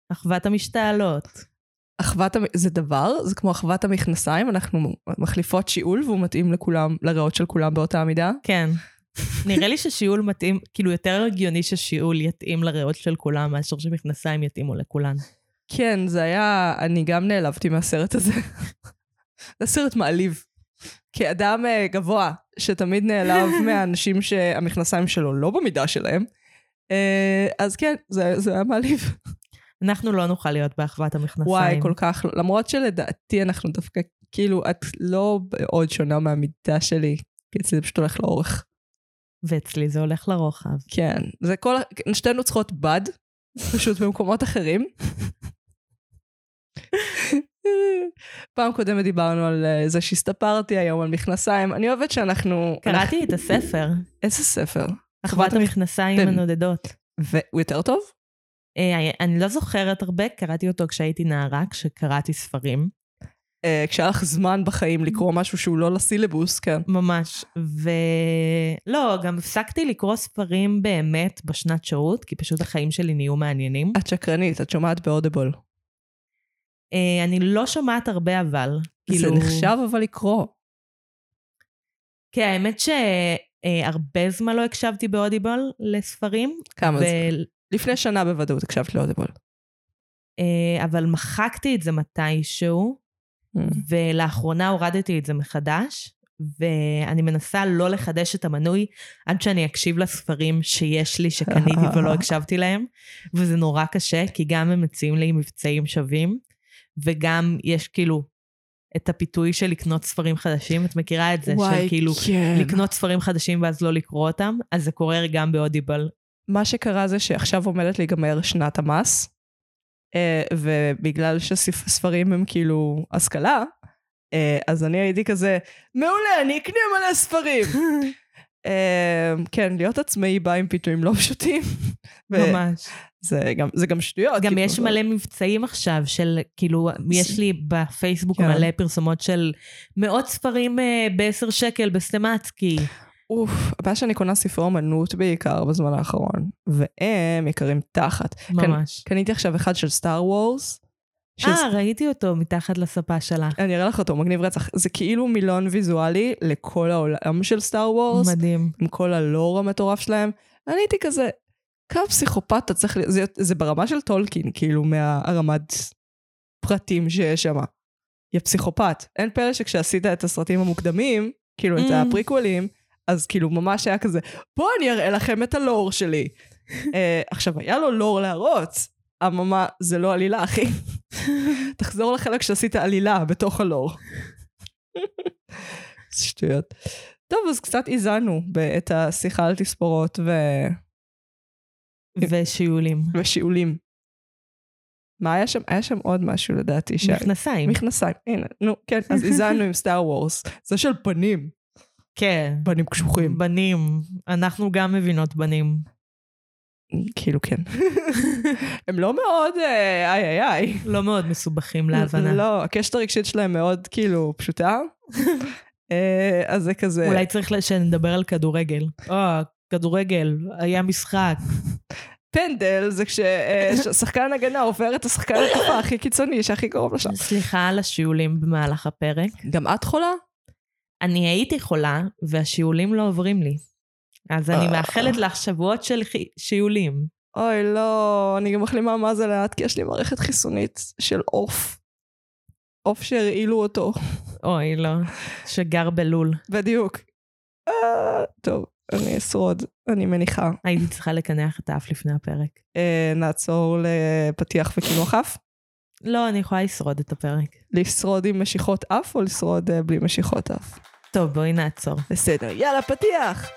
אחוות המשתעלות. זה דבר, זה כמו אחוות המכנסיים, אנחנו מחליפות שיעול, והוא מתאים לכולם, לריאות של כולם באותה מידה. כן. נראה לי ששיעול מתאים, כאילו יותר הגיוני ששיעול יתאים לריאות של כולם, מאשר שמכנסיים יתאימו לכולן. כן, זה היה, אני גם נעלבתי מהסרט הזה. זה סרט מעליב. כאדם גבוה, שתמיד נעלב מהאנשים שהמכנסיים שלו לא במידה שלהם, אז כן, זה היה מעליב. אנחנו לא נוכל להיות באחוות המכנסיים. וואי, כל כך, למרות שלדעתי אנחנו דווקא, כאילו, את לא עוד שונה מהמידה שלי, כי אצלי זה פשוט הולך לאורך. ואצלי זה הולך לרוחב. כן, זה שתינו צריכות בד, פשוט במקומות אחרים. פעם קודמת דיברנו על זה שהסתפרתי היום על מכנסיים, אני אוהבת שאנחנו... קראתי את הספר. איזה ספר? אחוות המכנסיים הנודדות. והוא יותר טוב? אני לא זוכרת הרבה, קראתי אותו כשהייתי נערה, כשקראתי ספרים. כשהיה לך זמן בחיים לקרוא משהו שהוא לא לסילבוס, כן. ממש. ולא, גם הפסקתי לקרוא ספרים באמת בשנת שירות, כי פשוט החיים שלי נהיו מעניינים. את שקרנית, את שומעת באודיבול. אני לא שומעת הרבה אבל. זה נחשב אבל לקרוא. כן, האמת שהרבה זמן לא הקשבתי באודיבול לספרים. כמה זה? לפני שנה בוודאות הקשבת לאודיבול. אבל מחקתי את זה מתישהו, ולאחרונה הורדתי את זה מחדש, ואני מנסה לא לחדש את המנוי, עד שאני אקשיב לספרים שיש לי שקניתי ולא הקשבתי להם, וזה נורא קשה, כי גם הם מציעים לי מבצעים שווים, וגם יש כאילו את הפיתוי של לקנות ספרים חדשים, את מכירה את זה, של כאילו לקנות ספרים חדשים ואז לא לקרוא אותם, אז זה קורה גם באודיבל. מה שקרה זה שעכשיו עומדת להיגמר שנת המס, ובגלל שספרים הם כאילו השכלה, אז אני הייתי כזה, מעולה, אני אקנה מלא ספרים. כן, להיות עצמאי בא עם פיתויים לא פשוטים. ממש. זה גם שטויות. גם יש מלא מבצעים עכשיו של, כאילו, יש לי בפייסבוק מלא פרסומות של מאות ספרים ב10 שקל בסטמצקי. הבעיה שאני קונה ספרי אומנות בעיקר בזמן האחרון, והם יקרים תחת. ממש. קניתי עכשיו אחד של סטאר וורס. ראיתי אותו מתחת לספה שלה. אני אראה לך אותו, מגניב רצח. זה כאילו מילון ויזואלי לכל העולם של סטאר וורס. מדהים. עם כל הלור המטורף שלהם. אני הייתי כזה, כמה פסיכופת אתה צריך, זה ברמה של טולקין, כאילו מהרמד פרטים שיש שם. היא פסיכופת. אין פלא שכשעשית את הסרטים המוקדמים, כאילו את הפריקוולים, אז כאילו ממש היה כזה, בוא אני אראה לכם את הלור שלי. עכשיו, היה לו לור להראות, אממה, זה לא עלילה, אחי. תחזור לחלק שעשית עלילה בתוך הלור. זה שטויות. טוב, אז קצת איזנו את השיחה על תספורות ושיעולים. ושיעולים. מה היה שם? היה שם עוד משהו לדעתי. מכנסיים. מכנסיים, הנה, נו, כן, אז איזנו עם סטאר וורס. זה של פנים. כן. בנים קשוחים. בנים. אנחנו גם מבינות בנים. כאילו כן. הם לא מאוד, איי. לא מאוד מסובכים להבנה. לא, הקשת הרגשית שלהם מאוד כאילו פשוטה. אז זה כזה... אולי צריך שנדבר על כדורגל. כדורגל, היה משחק. פנדל זה כששחקן הגנה עובר את השחקן התקפה הכי קיצוני, שהכי קרוב לשם. סליחה על השיעולים במהלך הפרק. גם את חולה? אני הייתי חולה, והשיעולים לא עוברים לי. אז אני מאחלת לך שבועות של שיעולים. אוי, לא, אני גם מחלימה מה זה לאט, כי יש לי מערכת חיסונית של עוף. עוף שהרעילו אותו. אוי, לא, שגר בלול. בדיוק. טוב, אני אשרוד, אני מניחה. הייתי צריכה לקנח את האף לפני הפרק. נעצור לפתיח וכינוח אף? לא, אני יכולה לשרוד את הפרק. לשרוד עם משיכות אף או לשרוד בלי משיכות אף? טוב, בואי נעצור. בסדר, יאללה, פתיח!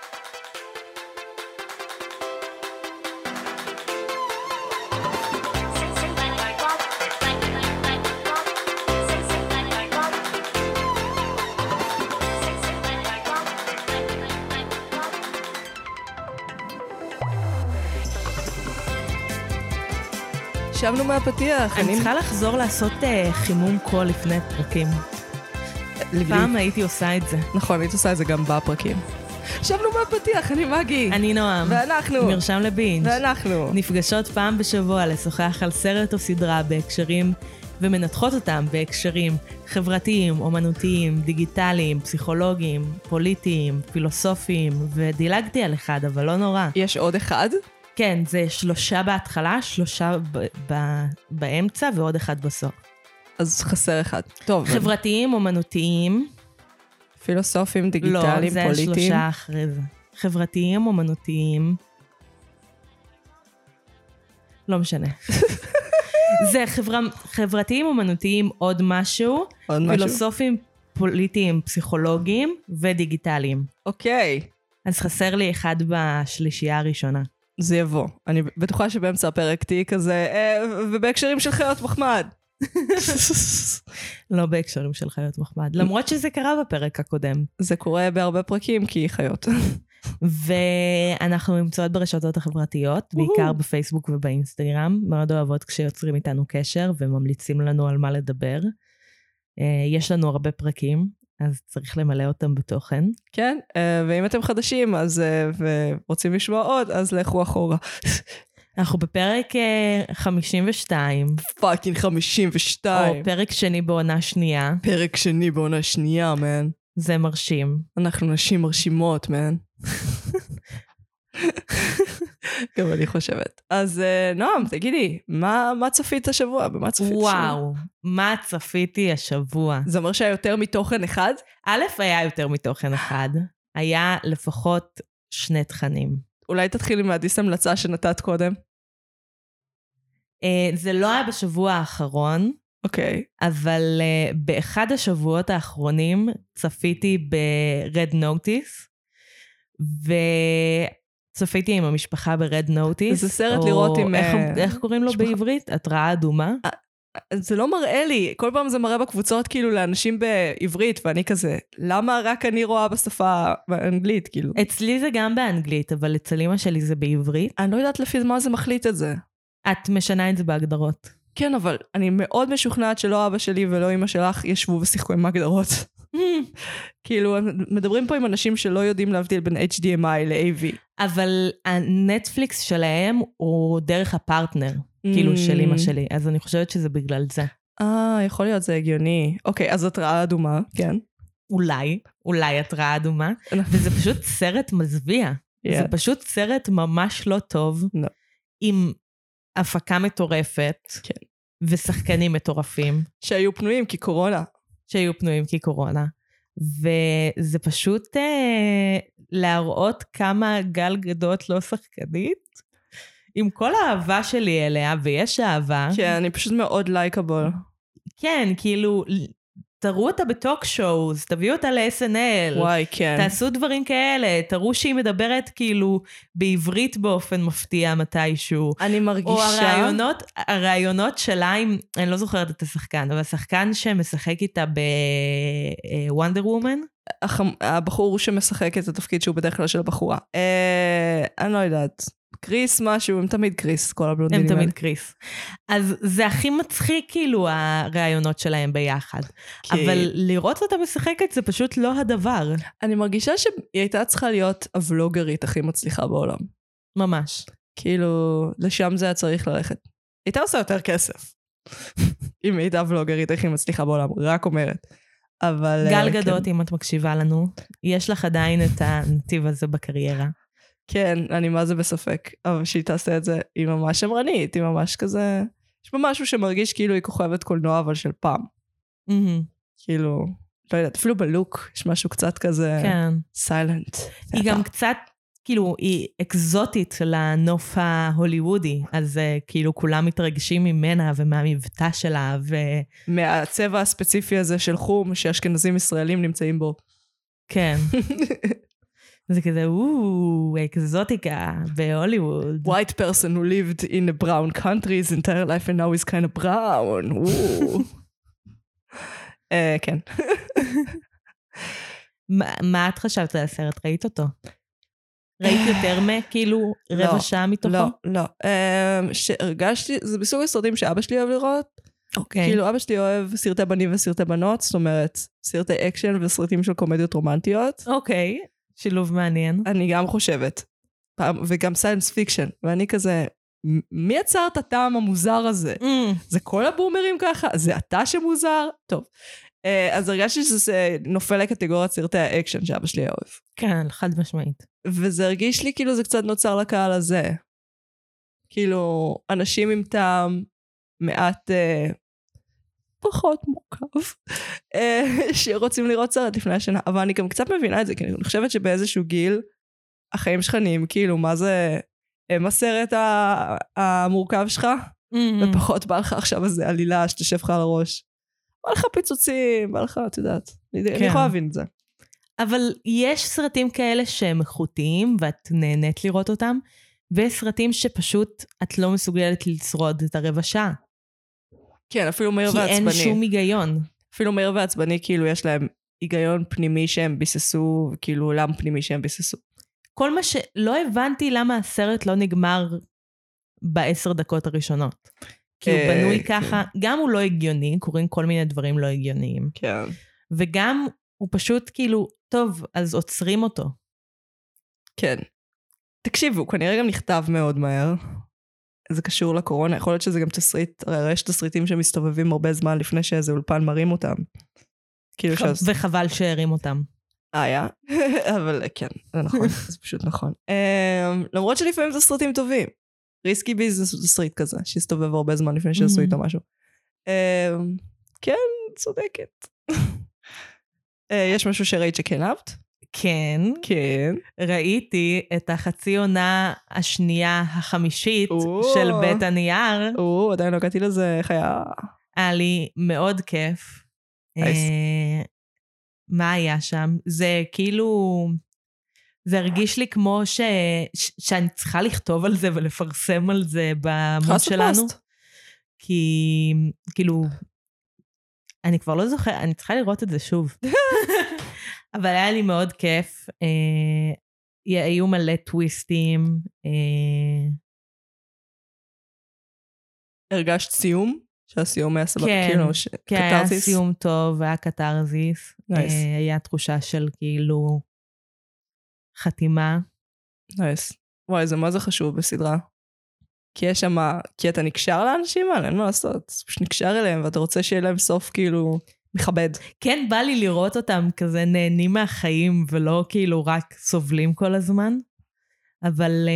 שבנו מהפתיח. אני צריכה לחזור לעשות חימום קול לפני פרקים. פעם הייתי עושה את זה. נכון, הייתי עושה את זה גם בפרקים. שבנו מהפתיח, אני מגי. אני נועם. ואנחנו. מרשם לבינג'. ואנחנו. נפגשות פעם בשבוע לשוחח על סרט או סדרה בהקשרים, ומנתחות אותם בהקשרים חברתיים, אומנותיים, דיגיטליים, פסיכולוגיים, פוליטיים, פילוסופיים, ודילגתי על אחד, אבל לא נורא. יש עוד אחד? כן, זה 3 בהתחלה, 3 באמצע ועוד 1 בסוף. אז חסר אחד. טוב. חברתיים, אומנותיים. פילוסופיים, דיגיטליים, פוליטיים. לא, זה 3 אחרי זה. חברתיים, אומנותיים. לא משנה. זה חברתיים, אומנותיים, עוד משהו. עוד משהו? פילוסופיים, פוליטיים, פסיכולוגיים ודיגיטליים. אוקיי. אז חסר לי 1 בשלישייה הראשונה. זה יבוא. אני בטוחה שבאמצע הפרק תהי כזה, ובהקשרים של חיות מחמד. לא בהקשרים של חיות מחמד, למרות שזה קרה בפרק הקודם. זה קורה בהרבה פרקים כי חיות. ואנחנו נמצאות ברשתות החברתיות, בעיקר בפייסבוק ובאינסטגרם, מאוד אוהבות כשיוצרים איתנו קשר וממליצים לנו על מה לדבר. יש לנו הרבה פרקים, אז צריך למלא אותם בתוכן. כן, ואם אתם חדשים אז ורוצים לשמוע עוד, אז לכו אחורה. אנחנו בפרק 52. פאקינג 52. או פרק שני בעונה שנייה. פרק שני בעונה שנייה, מן. זה מרשים. אנחנו נשים מרשימות, מן. גם אני חושבת. אז נועם, תגידי, מה צפית השבוע? במה צפית השבוע? וואו, מה צפיתי השבוע? זה אומר שהיה יותר מתוכן אחד? א', היה יותר מתוכן אחד. היה לפחות 2 תכנים. אולי תתחילי מהדיס המלצה שנתת קודם. זה לא היה בשבוע האחרון. אוקיי. אבל באחד השבועות האחרונים צפיתי ב-Red Notice, וצפיתי עם המשפחה ב-Red Notice. זה סרט לראות עם... איך קוראים לו בעברית? התראה אדומה? זה לא מראה לי, כל פעם זה מראה בקבוצות כאילו לאנשים בעברית, ואני כזה, למה רק אני רואה בשפה באנגלית, כאילו? אצלי זה גם באנגלית, אבל אצל אמא שלי זה בעברית. אני לא יודעת לפי מה זה מחליט את זה. את משנה את זה בהגדרות. כן, אבל אני מאוד משוכנעת שלא אבא שלי ולא אמא שלך ישבו ושיחקו עם הגדרות. כאילו, מדברים פה עם אנשים שלא יודעים להבדיל בין HDMI ל-AV. אבל הנטפליקס שלהם הוא דרך הפרטנר, כאילו של אמא שלי, אז אני חושבת שזה בגלל זה. יכול להיות, זה הגיוני. אוקיי, אז התראה אדומה, כן. אולי התראה אדומה, וזה פשוט סרט מזוויע. זה פשוט סרט ממש לא טוב, עם הפקה מטורפת, ושחקנים מטורפים. שהיו פנויים כקורונה. וזה פשוט להראות כמה גל גדות לא שחקנית, עם כל האהבה שלי אליה, ויש אהבה. כן, אני פשוט מאוד לייקאבל. כן, כאילו, תראו אותה בטוק שואוז, תביאו אותה ל-SNL. וואי, כן. תעשו דברים כאלה, תראו שהיא מדברת כאילו בעברית באופן מפתיע מתישהו. אני מרגישה... או הרעיונות שלה, אני לא זוכרת את השחקן, אבל השחקן שמשחק איתה בוונדר וומן. הבחור שמשחק את התפקיד שהוא בדרך כלל של הבחורה. אני לא יודעת. קריס משהו, הם תמיד קריס, כל הבלונדינים. הם תמיד קריס. אז זה הכי מצחיק כאילו הרעיונות שלהם ביחד. אבל לראות אותה משחקת זה פשוט לא הדבר. אני מרגישה שהיא הייתה צריכה להיות הוולוגרית הכי מצליחה בעולם. ממש. כאילו, לשם זה היה צריך ללכת. הייתה עושה יותר כסף. אם היא הייתה הוולוגרית הכי מצליחה בעולם, רק אומרת. אבל... גל גדות, אם את מקשיבה לנו, יש לך עדיין את הנתיב הזה בקריירה. כן, אני מה זה בספק, אבל שהיא תעשה את זה, היא ממש שמרנית, היא ממש כזה, יש בה משהו שמרגיש כאילו היא כוכבת קולנוע, אבל של פעם. כאילו, לא יודעת, אפילו בלוק, יש משהו קצת כזה, סיילנט. היא גם קצת, כאילו, היא אקזוטית לנוף ההוליוודי, אז כאילו כולם מתרגשים ממנה ומהמבטא שלה, מהצבע הספציפי הזה של חום, שאשכנזים ישראלים נמצאים בו. כן. זה כזה, אקזוטיקה בהוליווד. White person who lived in a brown country his entire life and now is kind of brown. כן. מה את חשבת על הסרט? ראית אותו? ראית יותר מכאילו רבע שעה מתוכו? לא. שהרגשתי, זה בסוג הסרטים שאבא שלי אוהב לראות. אוקיי. כאילו אבא שלי אוהב סרטי בנים וסרטי בנות, זאת אומרת, סרטי אקשן וסרטים של קומדיות רומנטיות. אוקיי. שילוב מעניין. אני גם חושבת. וגם סיינס פיקשן. ואני כזה, מי יצר את הטעם המוזר הזה? זה כל הבומרים ככה? זה אתה שמוזר? טוב. אז הרגשתי שזה נופל לקטגוריית סרטי האקשן שאבא שלי אוהב. כן, חד משמעית. וזה הרגיש לי כאילו זה קצת נוצר לקהל הזה. כאילו, אנשים עם טעם מעט פחות מורכב, שרוצים לראות סרט לפני השנה. אבל אני גם קצת מבינה את זה, כי אני חושבת שבאיזשהו גיל, החיים שלך נהיים, כאילו, מה זה, מה הסרט המורכב שלך? ופחות בא לך עכשיו איזה עלילה שתשב לך על הראש. בא לך פיצוצים, בא לך, את יודעת. אני יכולה להבין את זה. אבל יש סרטים כאלה שהם איכותיים, ואת נהנית לראות אותם, ויש סרטים שפשוט את לא מסוגלת לשרוד את הרבע שעה. כן, אפילו מהיר ועצבני. כי אין שום היגיון. אפילו מהיר ועצבני, כאילו יש להם היגיון פנימי שהם ביססו, כאילו עולם פנימי שהם ביססו. כל מה שלא הבנתי למה הסרט לא נגמר ב10 דקות הראשונות. כי הוא בנוי ככה, גם הוא לא הגיוני, קוראים כל מיני דברים לא הגיוניים. כן. וגם הוא פשוט כאילו, טוב, אז עוצרים אותו. כן. תקשיבו, הוא כנראה גם נכתב מאוד מהר. זה קשור לקורונה, יכול להיות שזה גם תסריט, הרי יש תסריטים שמסתובבים הרבה זמן לפני שאיזה אולפן מרים אותם. וחבל שהרים אותם. היה, אבל כן, זה נכון, זה פשוט נכון. למרות שלפעמים זה סרטים טובים. ריסקי ביז זה תסריט כזה, שהסתובב הרבה זמן לפני שעשו איתו משהו. כן, צודקת. יש משהו שראית שכן אהבת? כן. כן. ראיתי את החצי עונה השנייה החמישית של בית הנייר. עדיין לא הגעתי לזה, איך היה? היה לי מאוד כיף. מה היה שם? זה כאילו, זה הרגיש לי כמו שאני צריכה לכתוב על זה ולפרסם על זה בעמוד שלנו. כי כאילו, אני כבר לא זוכרת, אני צריכה לראות את זה שוב. אבל היה לי מאוד כיף. היו מלא טוויסטים. הרגשת סיום? שהסיום היה סבבה? כן, כן, היה סיום טוב, היה קטרזיס. היה תחושה של כאילו חתימה. נייס. וואי, זה מה זה חשוב בסדרה? כי יש שם, כי אתה נקשר לאנשים האלה, אין מה לעשות. פשוט נקשר אליהם, ואתה רוצה שיהיה להם סוף כאילו מכבד. כן, בא לי לראות אותם כזה נהנים מהחיים, ולא כאילו רק סובלים כל הזמן. אבל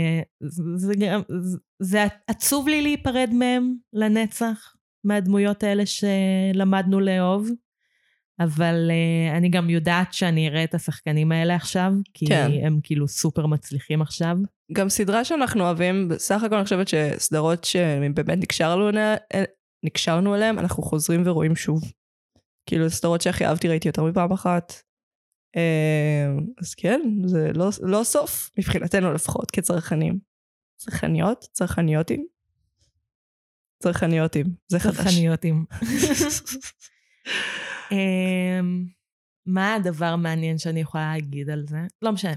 זה עצוב לי להיפרד מהם לנצח, מהדמויות האלה שלמדנו לאהוב. אבל אני גם יודעת שאני אראה את השחקנים האלה עכשיו, כי כן. הם כאילו סופר מצליחים עכשיו. גם סדרה שאנחנו אוהבים, בסך הכל אני חושבת שסדרות שבאמת נקשרנו אליהם, אנחנו חוזרים ורואים שוב. כאילו סדרות שהכי אהבתי ראיתי יותר מפעם אחת. אז כן, זה לא סוף, מבחינתנו לפחות, כצרכנים. צרכניות? צרכניותים? צרכניותים, זה חדש. צרכניותים. מה הדבר מעניין שאני יכולה להגיד על זה? לא משנה.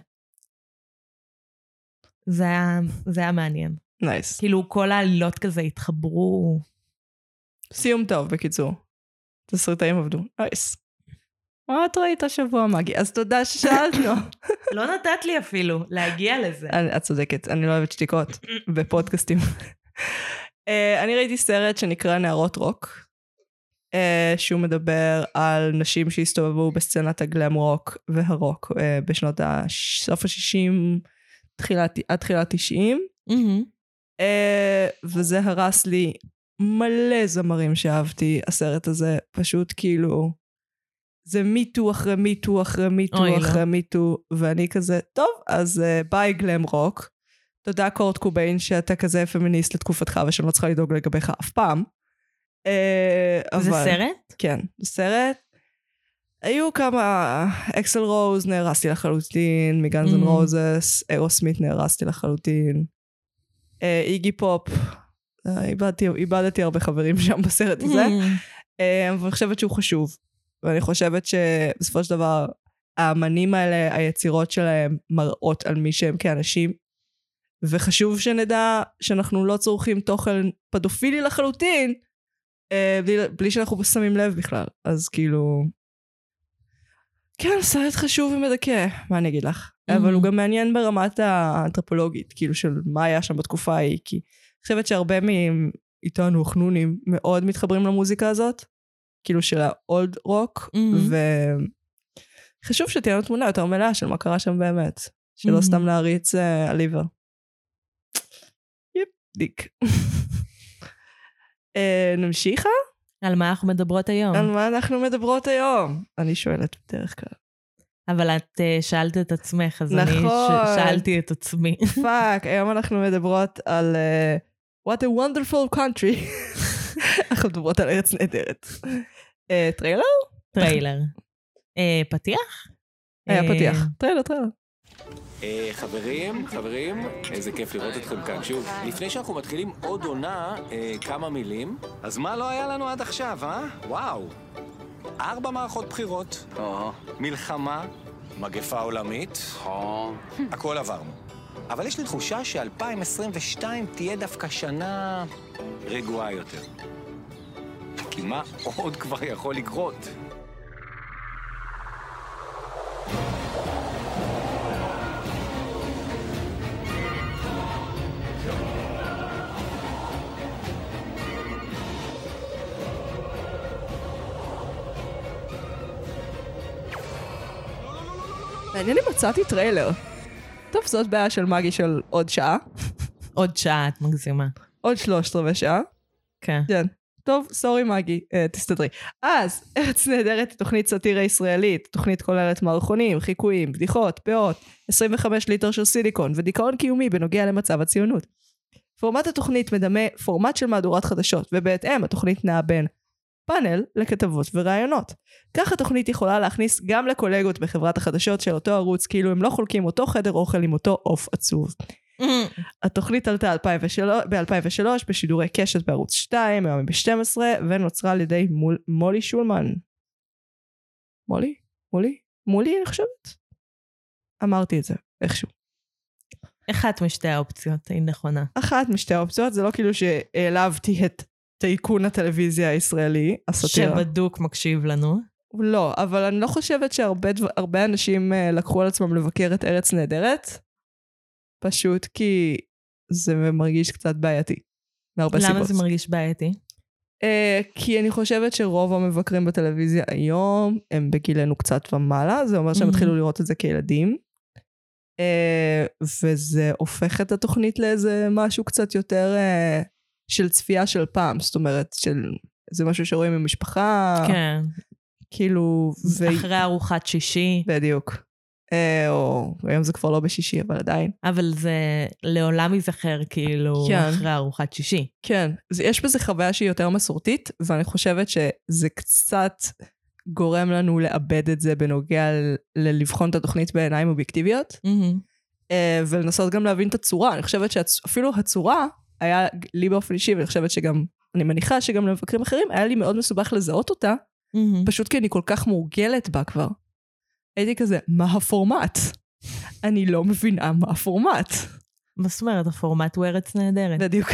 זה היה מעניין. נייס. כאילו כל העלילות כזה התחברו. סיום טוב, בקיצור. תסריטאים עבדו. נייס. מה את ראית השבוע מגי? אז תודה ששאלתנו. לא נתת לי אפילו להגיע לזה. את צודקת, אני לא אוהבת שתיקות בפודקאסטים. אני ראיתי סרט שנקרא נערות רוק. שהוא מדבר על נשים שהסתובבו בסצנת הגלם רוק והרוק בשנות סוף ה-60 עד תחילת 90. וזה הרס לי מלא זמרים שאהבתי. הסרט הזה פשוט כאילו זה מיטו אחרי מיטו אחרי מיטו אחרי מיטו, ואני כזה טוב, אז ביי גלם רוק, תודה קורט קוביין שאתה כזה פמיניסט לתקופתך ושאני לא צריכה לדאוג לגביך אף פעם. זה סרט? כן, זה סרט. היו כמה, אקסל רוז נהרסתי לחלוטין, מגאנז אנד רוזס, אירוסמית נהרסתי לחלוטין, איגי פופ, איבדתי הרבה חברים שם בסרט הזה, אבל אני חושבת שהוא חשוב, ואני חושבת שבסופו של דבר, האמנים האלה, היצירות שלהם מראות על מי שהם כאנשים, וחשוב שנדע שאנחנו לא צורכים תוכן פדופילי לחלוטין, בלי שאנחנו שמים לב בכלל. אז כאילו, כן, סרט חשוב ומדכא, מה אני אגיד לך? אבל הוא גם מעניין ברמת האנתרופולוגית, כאילו של מה היה שם בתקופה ההיא, כי אני חושבת שהרבה מאיתנו החנונים מאוד מתחברים למוזיקה הזאת, כאילו של האולד רוק, וחשוב שתהיה לנו תמונה יותר מלאה של מה קרה שם באמת, שלא סתם להריץ עליבר. יפ, דיק. נמשיכה? על מה אנחנו מדברות היום? על מה אנחנו מדברות היום? אני שואלת בדרך כלל. אבל את שאלת את עצמך, אז נכון. אני שאלתי את עצמי. פאק, היום אנחנו מדברות על What a wonderful country. אנחנו מדברות על ארץ נהדרת. טריילר? טריילר. פתיח? היה פתיח. טריילר. חברים, איזה כיף לראות אתכם כאן שוב. לפני שאנחנו מתחילים עוד עונה, כמה מילים. אז מה לא היה לנו עד עכשיו, וואו. 4 מערכות בחירות, מלחמה, מגפה עולמית, הכל עברנו. אבל יש לי תחושה ש2022 תהיה דווקא שנה רגועה יותר. כי מה עוד כבר יכול לקרות? מעניין אם מצאתי טריילר. טוב, זאת בעיה של מגי של עוד שעה. עוד שעה, את מגזימה. עוד 3/4 שעה. כן. כן. טוב, סורי מגי, תסתדרי. אז, ארץ נהדרת היא תוכנית סאטירה ישראלית. תוכנית כוללת מערכונים, חיקויים, בדיחות, פאות, 25 ליטר של סיליקון ודיכאון קיומי בנוגע למצב הציונות. פורמט התוכנית מדמה פורמט של מהדורת חדשות, ובהתאם התוכנית נעה בין פאנל לכתבות ורעיונות. כך התוכנית יכולה להכניס גם לקולגות בחברת החדשות של אותו ערוץ, כאילו הם לא חולקים אותו חדר אוכל עם אותו עוף עצוב. התוכנית עלתה ב-2003 בשידורי קשת בערוץ 2, היום ב-12, ונוצרה על ידי מולי שולמן. מולי אני חושבת? אמרתי את זה, איכשהו. אחת משתי האופציות, היא נכונה. אחת משתי האופציות, זה לא כאילו שהעלבתי את טייקון הטלוויזיה הישראלי, הסאטירה. שבדוק מקשיב לנו. לא, אבל אני לא חושבת שהרבה אנשים לקחו על עצמם לבקר את ארץ נהדרת, פשוט כי זה מרגיש קצת בעייתי. מהרבה סיבות. למה זה מרגיש בעייתי? כי אני חושבת שרוב המבקרים בטלוויזיה היום הם בגילנו קצת ומעלה, זה אומר שהם התחילו לראות את זה כילדים, וזה הופך את התוכנית לאיזה משהו קצת יותר של צפייה של פעם, זאת אומרת, זה משהו שרואים עם משפחה, כן. כאילו, אחרי ארוחת שישי. בדיוק. או היום זה כבר לא בשישי, אבל עדיין. אבל זה לעולם ייזכר כאילו כן. אחרי ארוחת שישי. כן, יש בזה חוויה שהיא יותר מסורתית, ואני חושבת שזה קצת גורם לנו לאבד את זה בנוגע לבחון את התוכנית בעיניים אובייקטיביות, ולנסות גם להבין את הצורה. אני חושבת שאפילו הצורה היה לי באופן אישי, ואני חושבת שגם, אני מניחה שגם למבקרים אחרים, היה לי מאוד מסובך לזהות אותה, פשוט כי אני כל כך מורגלת בה כבר. הייתי כזה, מה הפורמט? אני לא מבינה מה הפורמט. מה זאת אומרת, הפורמט הוא ארץ נהדרת. בדיוק.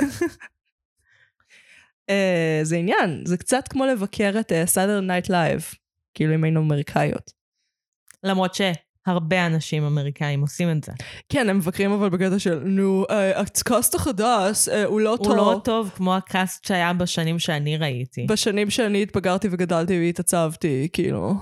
זה עניין, זה קצת כמו לבקר את Saturday Night Live, כאילו אם היינו אמריקאיות. למרות שהרבה אנשים אמריקאים עושים את זה. כן, הם מבקרים אבל בקטע של, נו, הקאסט החדש, הוא לא טוב. הוא לא טוב כמו הקאסט שהיה בשנים שאני ראיתי. בשנים שאני התבגרתי וגדלתי והתעצבתי, כאילו.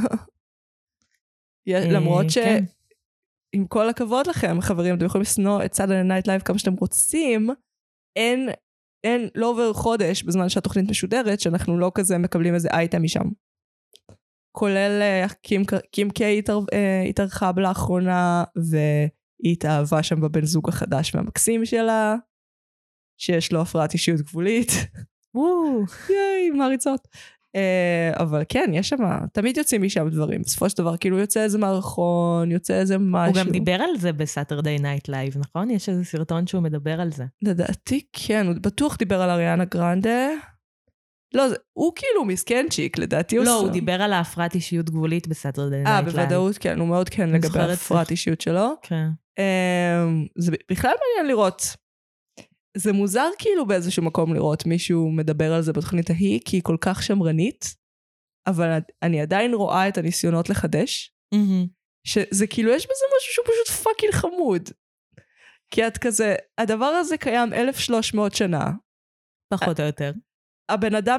למרות שעם כל הכבוד לכם, חברים, אתם יכולים לסנוע את Saturday Night Live כמה שאתם רוצים, אין לא עובר חודש בזמן שהתוכנית משודרת, שאנחנו לא כזה מקבלים איזה אייטם משם. כולל קים קיי התארחה לאחרונה, והיא התאהבה שם בבן זוג החדש והמקסים שלה, שיש לו הפרעת אישיות גבולית. ייי, מעריצות. אבל כן, יש שם, תמיד יוצאים משם דברים. בסופו של דבר, כאילו יוצא איזה מערכון, יוצא איזה משהו. הוא גם דיבר על זה בסאטרדיי נייט לייב, נכון? יש איזה סרטון שהוא מדבר על זה. לדעתי, כן, הוא בטוח דיבר על אריאנה גרנדה. לא, הוא כאילו מסקנצ'יק, לדעתי. לא, הוא דיבר על ההפרעת אישיות גבולית בסאטרדיי נייט לייב. בוודאות, כן, הוא מאוד כן לגבי ההפרעת אישיות שלו. כן. זה בכלל מעניין לראות. זה מוזר כאילו באיזשהו מקום לראות מישהו מדבר על זה בתוכנית ההיא, כי היא כל כך שמרנית, אבל אני עדיין רואה את הניסיונות לחדש, שזה כאילו, יש בזה משהו שהוא פשוט פאקינג חמוד. כי את כזה, הדבר הזה קיים 1300 שנה. פחות או יותר. הבן אדם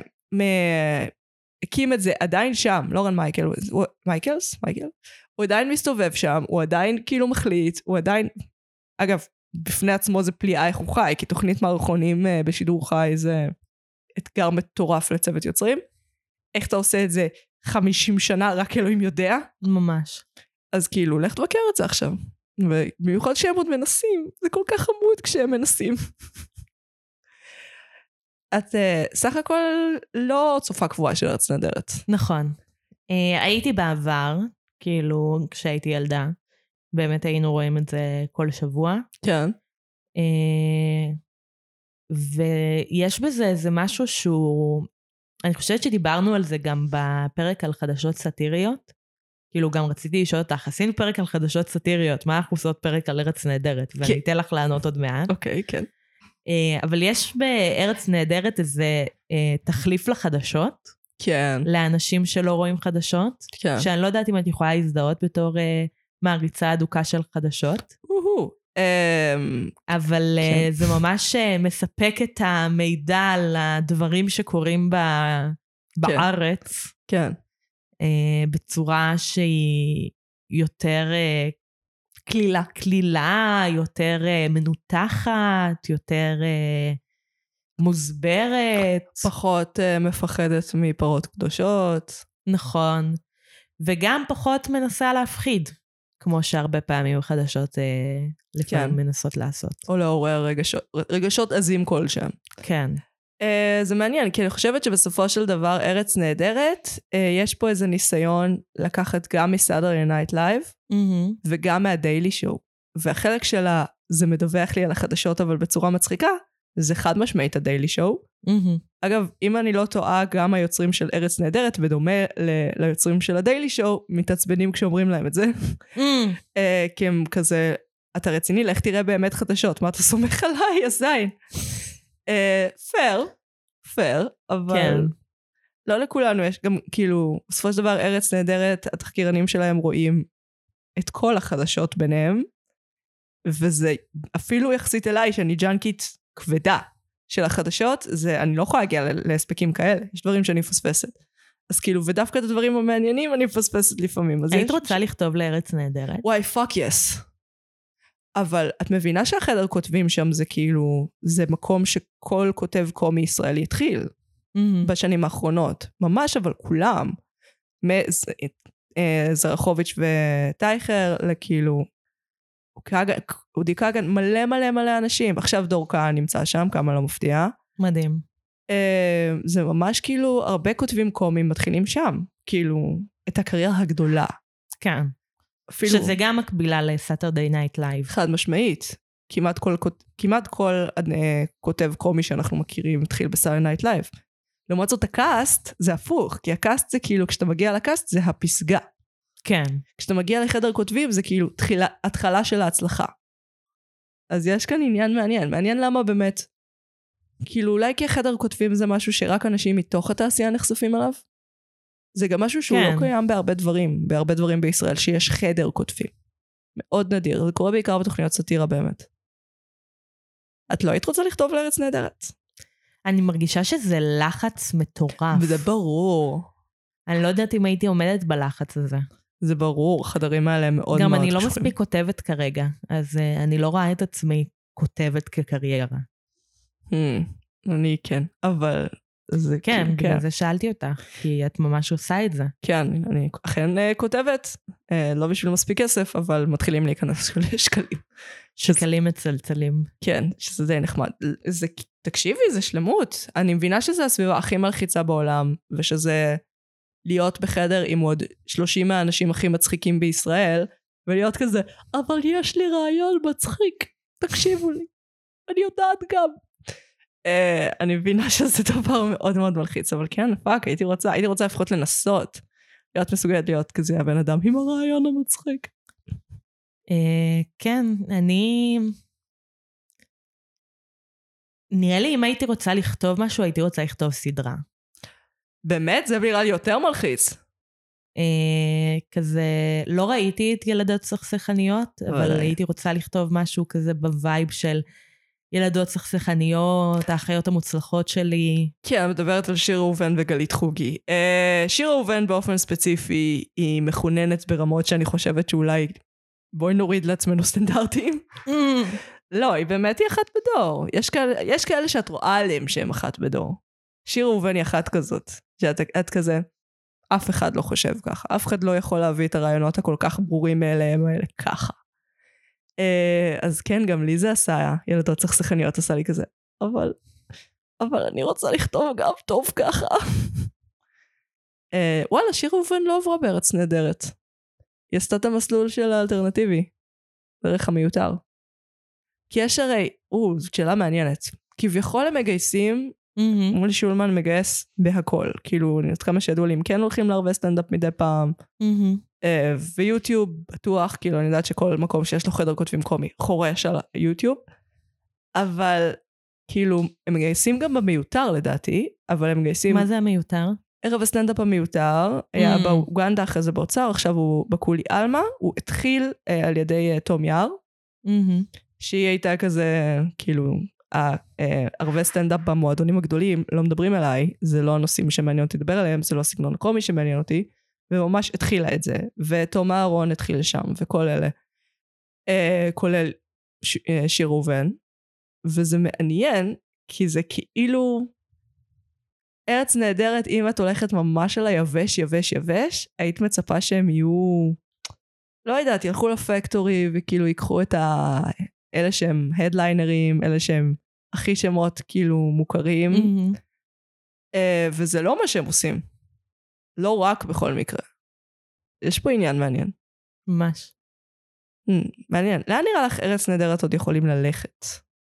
שהקים את זה עדיין שם, לורן מייקלס, הוא עדיין מסתובב שם, הוא עדיין כאילו מחליט, הוא עדיין, אגב, בפני עצמו זה פליאה איך הוא חי, כי תוכנית מערכונים בשידור חי זה אתגר מטורף לצוות יוצרים. איך אתה עושה את זה 50 שנה, רק אלוהים יודע? ממש. אז כאילו, לך תבקר את זה עכשיו. ובמיוחד שהם עוד מנסים, זה כל כך חמוד כשהם מנסים. את סך הכל לא צופה קבועה של ארץ נהדרת. נכון. הייתי בעבר, כאילו כשהייתי ילדה, באמת היינו רואים את זה כל שבוע. כן. ויש בזה איזה משהו שהוא, אני חושבת שדיברנו על זה גם בפרק על חדשות סאטיריות, כאילו גם רציתי לשאול אותך, עשינו פרק על חדשות סאטיריות, מה אנחנו עושות פרק על ארץ נהדרת, ואני אתן לך לענות עוד מעט. אוקיי, כן. אבל יש בארץ נהדרת איזה תחליף לחדשות, כן. לאנשים שלא רואים חדשות, כן. שאני לא יודעת אם את יכולה להזדהות בתור מעריצה אדוקה של חדשות. אבל זה ממש מספק את המידע על הדברים שקורים בארץ. כן. בצורה שהיא יותר כלילה, יותר מנותחת, יותר מוסברת. פחות מפחדת מפרות קדושות. נכון. וגם פחות מנסה להפחיד, כמו שהרבה פעמים חדשות לפעמים מנסות לעשות. או לעורר רגשות עזים כלשהם. כן. זה מעניין, כי אני חושבת שבסופו של דבר ארץ נהדרת, יש פה איזה ניסיון לקחת גם מסאדרלי נייט לייב, וגם מהדיילי שואו. והחלק שלה זה מדווח לי על החדשות, אבל בצורה מצחיקה, זה חד משמעית הדיילי שואו. אגב, אם אני לא טועה, גם היוצרים של ארץ נהדרת, בדומה ליוצרים של הדיילי שואו, מתעצבנים כשאומרים להם את זה. כי הם כזה, אתה רציני, לך תראה באמת חדשות, מה אתה סומך עליי, הזין? פייר, אבל לא לכולנו יש גם, כאילו, בסופו של דבר ארץ נהדרת, התחקירנים שלהם רואים את כל החדשות ביניהם, וזה אפילו יחסית אליי, שאני ג'אנקית כבדה של החדשות, זה, אני לא יכולה להגיע להספקים כאלה, יש דברים שאני מפספסת. אז כאילו, ודווקא את הדברים המעניינים אני מפספסת לפעמים. היית רוצה לכתוב לארץ נהדרת? וואי, פאק יס. אבל את מבינה שהחדר כותבים שם זה כאילו, זה מקום שכל כותב קומי ישראלי התחיל בשנים האחרונות. ממש, אבל כולם. זרחוביץ' וטייכר, לכאילו, אודי כגן, מלא אנשים. עכשיו דור כהן נמצא שם, כמה לא מפתיע. מדהים. זה ממש כאילו, הרבה כותבים קומיים מתחילים שם. כאילו, את הקריירה הגדולה. כן. אפילו, שזה גם מקבילה לסאטרדיי נייט לייב. חד משמעית. כמעט כל כותב קומי שאנחנו מכירים התחיל בסאטרדיי נייט לייב. לעומת זאת הקאסט זה הפוך, כי הקאסט זה כאילו, כשאתה מגיע לקאסט זה הפסגה. כן. כשאתה מגיע לחדר כותבים זה כאילו התחלה של ההצלחה. אז יש כאן עניין מעניין למה באמת, כאילו אולי כי החדר כותבים זה משהו שרק אנשים מתוך התעשייה נחשפים עליו? זה גם משהו שהוא לא קיים בהרבה דברים בישראל, שיש חדר כותבים. מאוד נדיר, זה קורה בעיקר בתוכניות סאטירה באמת. את לא היית רוצה לכתוב לארץ נהדרת? אני מרגישה שזה לחץ מטורף. וזה ברור. אני לא יודעת אם הייתי עומדת בלחץ הזה. זה ברור, החדרים האלה מאוד מאוד גם קשורים. אני לא מספיק כותבת כרגע, אז אני לא רואה את עצמי כותבת כקריירה. אני כן, אבל זה כן, בגלל זה שאלתי אותך, כי את ממש עושה את זה. כן, אני אכן כותבת, לא בשביל מספיק כסף, אבל מתחילים להיכנס שקלים. שקלים מצלצלים. כן, שזה די נחמד. תקשיבי, זה שלמות. אני מבינה שזה הסביבה הכי מלחיצה בעולם, ושזה להיות בחדר עם עוד 30 מהאנשים הכי מצחיקים בישראל, ולהיות כזה, אבל יש לי רעיון מצחיק, תקשיבו לי. אני יודעת גם. אני מבינה שזה דבר מאוד מאוד מלחיץ, אבל כן, פאק, הייתי רוצה לפחות לנסות, להיות מסוגלת להיות כזה הבן אדם עם הרעיון המצחיק. כן, נראה לי אם הייתי רוצה לכתוב משהו, הייתי רוצה לכתוב סדרה. באמת? זה נראה לי יותר מלחיץ. כזה, לא ראיתי את ילדות סכסכניות, אבל הייתי רוצה לכתוב משהו כזה בווייב של ילדות סכסכניות, האחיות המוצלחות שלי. כן, אני מדברת על שיר ראובן וגלית חוגי. שיר ראובן באופן ספציפי היא מכוננת ברמות שאני חושבת שאולי בואי נוריד לעצמנו סטנדרטים. לא, היא באמת היא אחת בדור. יש כאלה שאת רואה עליהם שהם אחת בדור. שיר ראובן היא אחת כזאת, שאת כזה, אף אחד לא חושב ככה. אף אחד לא יכול להביא את הרעיונות הכל כך ברורים מאליהם האלה ככה. אז כן, גם לי זה עשה, ילדות סכסכניות עשה לי כזה, אבל אני רוצה לכתוב גם טוב ככה. וואלה, שיר ראובן לא עברה בארץ נהדרת. היא עשתה את המסלול של האלטרנטיבי, דרך המיותר. כי יש הרי, זאת שאלה מעניינת, כביכול הם מגייסים, מולי שולמן מגייס בהכל, כאילו, אני יודעת כמה שידעו לי, אם כן הולכים להרבה סטנדאפ מדי פעם, ויוטיוב בטוח, כאילו, אני יודעת שכל מקום שיש לו חדר כותבים קומי, חורש על יוטיוב, אבל, כאילו, הם מגייסים גם במיותר לדעתי, אבל הם מגייסים... מה זה המיותר? ערב הסטנדאפ המיותר, היה באוגנדה אחרי זה באוצר, עכשיו הוא בקולי אלמה, הוא התחיל על ידי תום יער, שהיא הייתה כזה, כאילו, ערבי סטנדאפ במועדונים הגדולים, לא מדברים אליי, זה לא הנושאים שמעניין אותי לדבר עליהם, זה לא הסגנון הקומי שמעניין אותי, וממש התחילה את זה, ותום אהרון התחיל שם, וכל אלה, כולל שיר ראובן, וזה מעניין, כי זה כאילו, ארץ נהדרת, אם את הולכת ממש על היבש, יבש, יבש, היית מצפה שהם יהיו, לא יודעת, ילכו לפקטורי, וכאילו ייקחו את אלה שהם הדליינרים, אלה שהם הכי שמות כאילו מוכרים, וזה לא מה שהם עושים. לא רק בכל מקרה. יש פה עניין מעניין. ממש. מעניין. לאן נראה לך ארץ נהדרת עוד יכולים ללכת?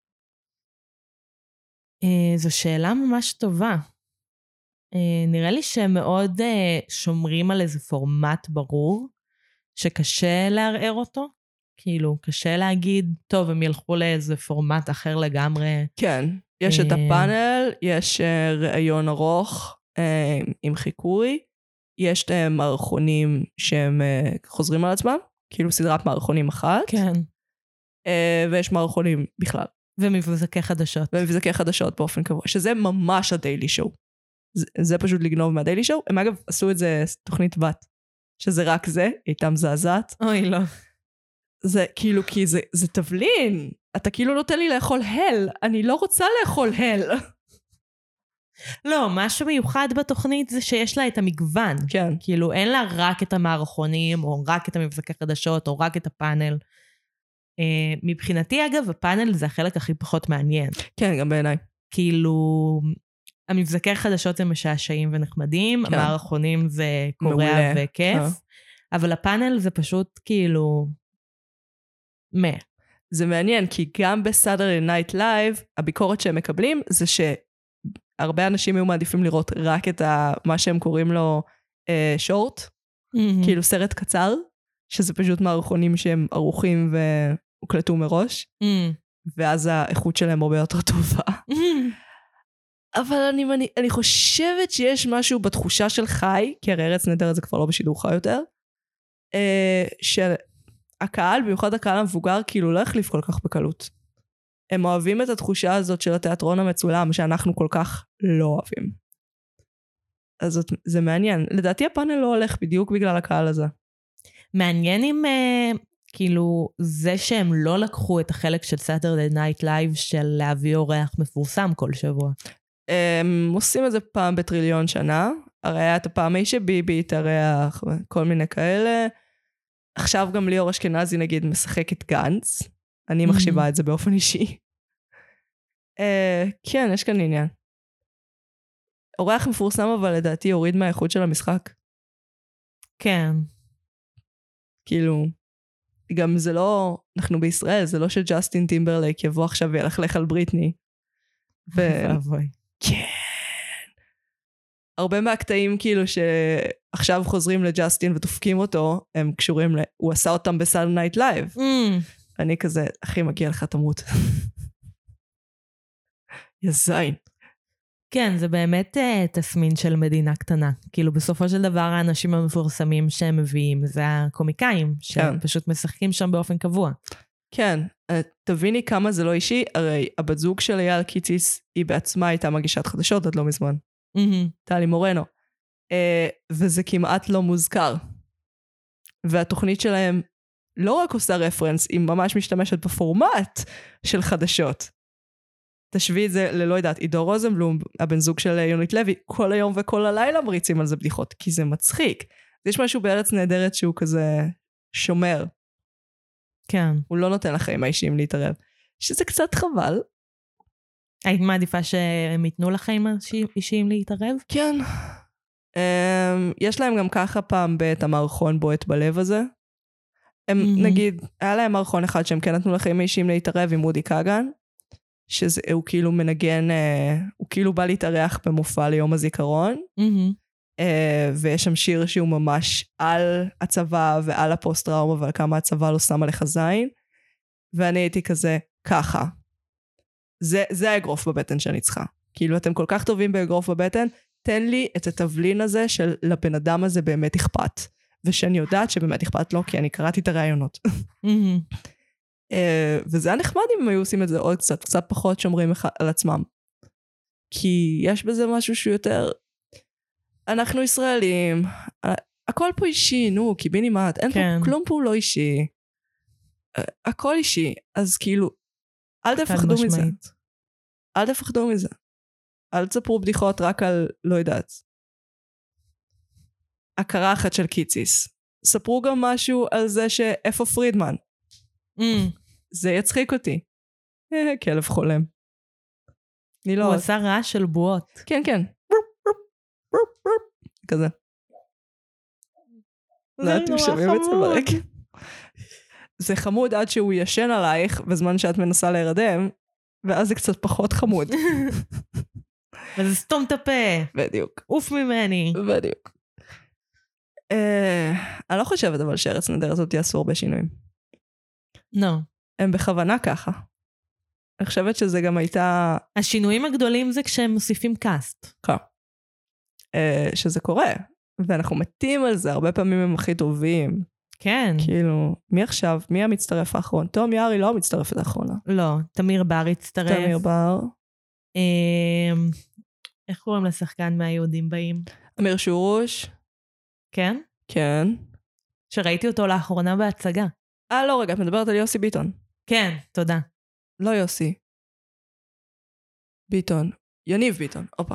זו שאלה ממש טובה. נראה לי שהם מאוד שומרים על איזה פורמט ברור, שקשה לערער אותו. כאילו, קשה להגיד, טוב, הם ילכו לאיזה פורמט אחר לגמרי. כן, יש את הפאנל, יש ראיון ארוך עם חיקוי, יש מערכונים שהם חוזרים על עצמם, כאילו סדרת מערכונים אחת. כן. ויש מערכונים בכלל. ומבזקי חדשות. ומבזקי חדשות באופן קבוע, שזה ממש הדיילי שואו. זה פשוט לגנוב מהדיילי שואו. הם אגב עשו את זה תוכנית בת, שזה רק זה, הייתה מזעזעת. אוי, לא. זה כאילו, כי זה תבלין. אתה כאילו נותן לי לאכול הל. אני לא רוצה לאכול הל. לא, משהו מיוחד בתוכנית זה שיש לה את המגוון. כן. כאילו, אין לה רק את המערכונים, או רק את המבזקי חדשות, או רק את הפאנל. מבחינתי, אגב, הפאנל זה החלק הכי פחות מעניין. כן, גם בעיניי. כאילו, המבזקי חדשות הם משעשעים ונחמדים, כן. המערכונים זה קורע וכיף, אבל הפאנל זה פשוט כאילו... זה מעניין, כי גם בסאטרדיי נייט לייב, הביקורת שהם מקבלים, זה שהרבה אנשים היו מעדיפים לראות רק את מה שהם קוראים לו שורט, כאילו סרט קצר, שזה פשוט מערכונים שהם ערוכים והוקלטו מראש, ואז האיכות שלהם הרבה יותר טובה. אבל אני חושבת שיש משהו בתחושה של חי, כי הרי ארץ נהדרת זה כבר לא בשידור חי יותר, של... הקהל, במיוחד הקהל המבוגר, כאילו לא החליף כל כך בקלות. הם אוהבים את התחושה הזאת של התיאטרון המצולם, שאנחנו כל כך לא אוהבים. אז זה מעניין. לדעתי הפאנל לא הולך בדיוק בגלל הקהל הזה. מעניין אם, כאילו, זה שהם לא לקחו את החלק של Saturday Night Live של להביא אורח מפורסם כל שבוע. הם עושים את זה פעם בטריליון שנה. הרי היה את הפעם שביבי התארח, כל מיני כאלה. עכשיו גם ליאור אשכנזי נגיד משחק את גנץ. אני מחשיבה את זה באופן אישי. כן, יש כאן עניין. אורח מפורסם אבל לדעתי הוריד מהאיכות של המשחק. כן. כאילו, גם זה לא, אנחנו בישראל, זה לא שג'סטין טימברלייק יבוא עכשיו וילכלך על בריטני. כן. הרבה מהקטעים כאילו שעכשיו חוזרים לג'סטין ודופקים אותו, הם קשורים הוא עשה אותם בסאטרדיי נייט לייב. אני כזה, אחי, מגיע לך תמות. יא זין. כן, זה באמת תסמין של מדינה קטנה. כאילו, בסופו של דבר, האנשים המפורסמים שהם מביאים, זה הקומיקאים, שהם פשוט משחקים שם באופן קבוע. כן, תביני כמה זה לא אישי, הרי הבת זוג של אייל קיציס, היא בעצמה הייתה מגישת חדשות עד לא מזמן. טלי מורנו. וזה כמעט לא מוזכר. והתוכנית שלהם לא רק עושה רפרנס, היא ממש משתמשת בפורמט של חדשות. תשווי את זה ללא יודעת, עידו רוזנבלום, הבן זוג של יונית לוי, כל היום וכל הלילה מריצים על זה בדיחות, כי זה מצחיק. יש משהו בארץ נהדרת שהוא כזה שומר. כן. הוא לא נותן לחיים האישיים להתערב. שזה קצת חבל. היית מעדיפה שהם ייתנו לחיים האישיים להתערב? כן. יש להם גם ככה פעם את המערכון בועט בלב הזה. הם, נגיד, היה להם מערכון אחד שהם כן נתנו לחיים האישיים להתערב עם רודי קאגן, שהוא כאילו מנגן, הוא כאילו בא להתארח במופע ליום הזיכרון, ויש שם שיר שהוא ממש על הצבא ועל הפוסט-טראומה ועל כמה הצבא לא שם עליך זין, ואני הייתי כזה, ככה. זה האגרוף בבטן שאני צריכה. כאילו אתם כל כך טובים באגרוף בבטן, תן לי את התבלין הזה של לבן אדם הזה באמת אכפת. ושאני יודעת שבאמת אכפת לו, כי אני קראתי את הרעיונות. וזה היה נחמד אם הם היו עושים את זה עוד קצת פחות שומרים על עצמם. כי יש בזה משהו שהוא יותר, אנחנו ישראלים, הכל פה אישי, נו, קיבינימט, אין פה כלום פה לא אישי. הכל אישי, אז כאילו, אל תפחדו מזה. אל תפחדו מזה. אל תספרו בדיחות רק על, לא יודעת, הקרחת של קיציס. ספרו גם משהו על זה שאיפה פרידמן. זה יצחיק אותי. כלב חולם. הוא עשה רעש של בועות. כן, כן. כזה. לא יודעת אם שומעים את זה ברקע. זה חמוד עד שהוא ישן עלייך בזמן שאת מנסה להירדם, ואז זה קצת פחות חמוד. וזה סתום את הפה. בדיוק. אוף ממני. בדיוק. אני לא חושבת אבל שארץ נהדרת הזאת יעשו הרבה שינויים. לא. הם בכוונה ככה. אני חושבת שזה גם הייתה... השינויים הגדולים זה כשהם מוסיפים קאסט. כן. שזה קורה. ואנחנו מתים על זה. הרבה פעמים הם הכי טובים. כן. כאילו, מי עכשיו? מי המצטרף האחרון? תום יערי לא המצטרפת האחרונה. לא, תמיר בר הצטרף. תמיר בר. איך קוראים לשחקן מהיהודים באים? אמיר שורוש. כן? כן. שראיתי אותו לאחרונה בהצגה. לא רגע, את מדברת על יוסי ביטון. כן, תודה. לא יוסי. ביטון. יניב ביטון, אופה.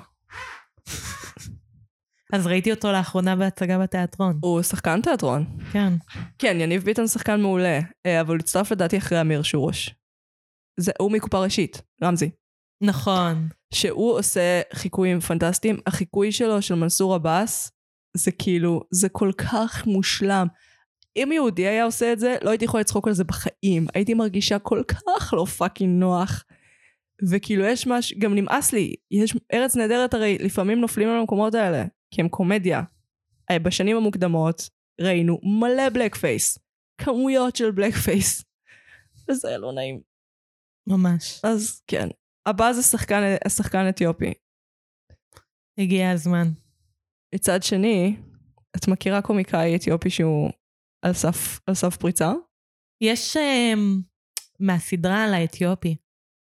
אז ראיתי אותו לאחרונה בהצגה בתיאטרון. הוא שחקן תיאטרון. כן. כן, יניב ביטון שחקן מעולה, אבל הוא הצטרף לדעתי אחרי אמיר שורוש. הוא מקופה ראשית, רמזי. נכון. שהוא עושה חיקויים פנטסטיים. החיקוי שלו של מנסור עבאס, זה כאילו, זה כל כך מושלם. אם יהודי היה עושה את זה, לא הייתי יכולה לצחוק על זה בחיים. הייתי מרגישה כל כך לא פאקינג נוח. וכאילו יש משהו, גם נמאס לי, יש ארץ נהדרת הרי לפעמים נופלים על המקומות האלה, כי הם קומדיה. בשנים המוקדמות ראינו מלא בלק פייס. כמויות של בלק פייס. וזה לא נעים. ממש. אז כן. הבא זה שחקן אתיופי. הגיע הזמן. מצד שני, את מכירה קומיקאי אתיופי שהוא על סף פריצה? יש מהסדרה על האתיופי.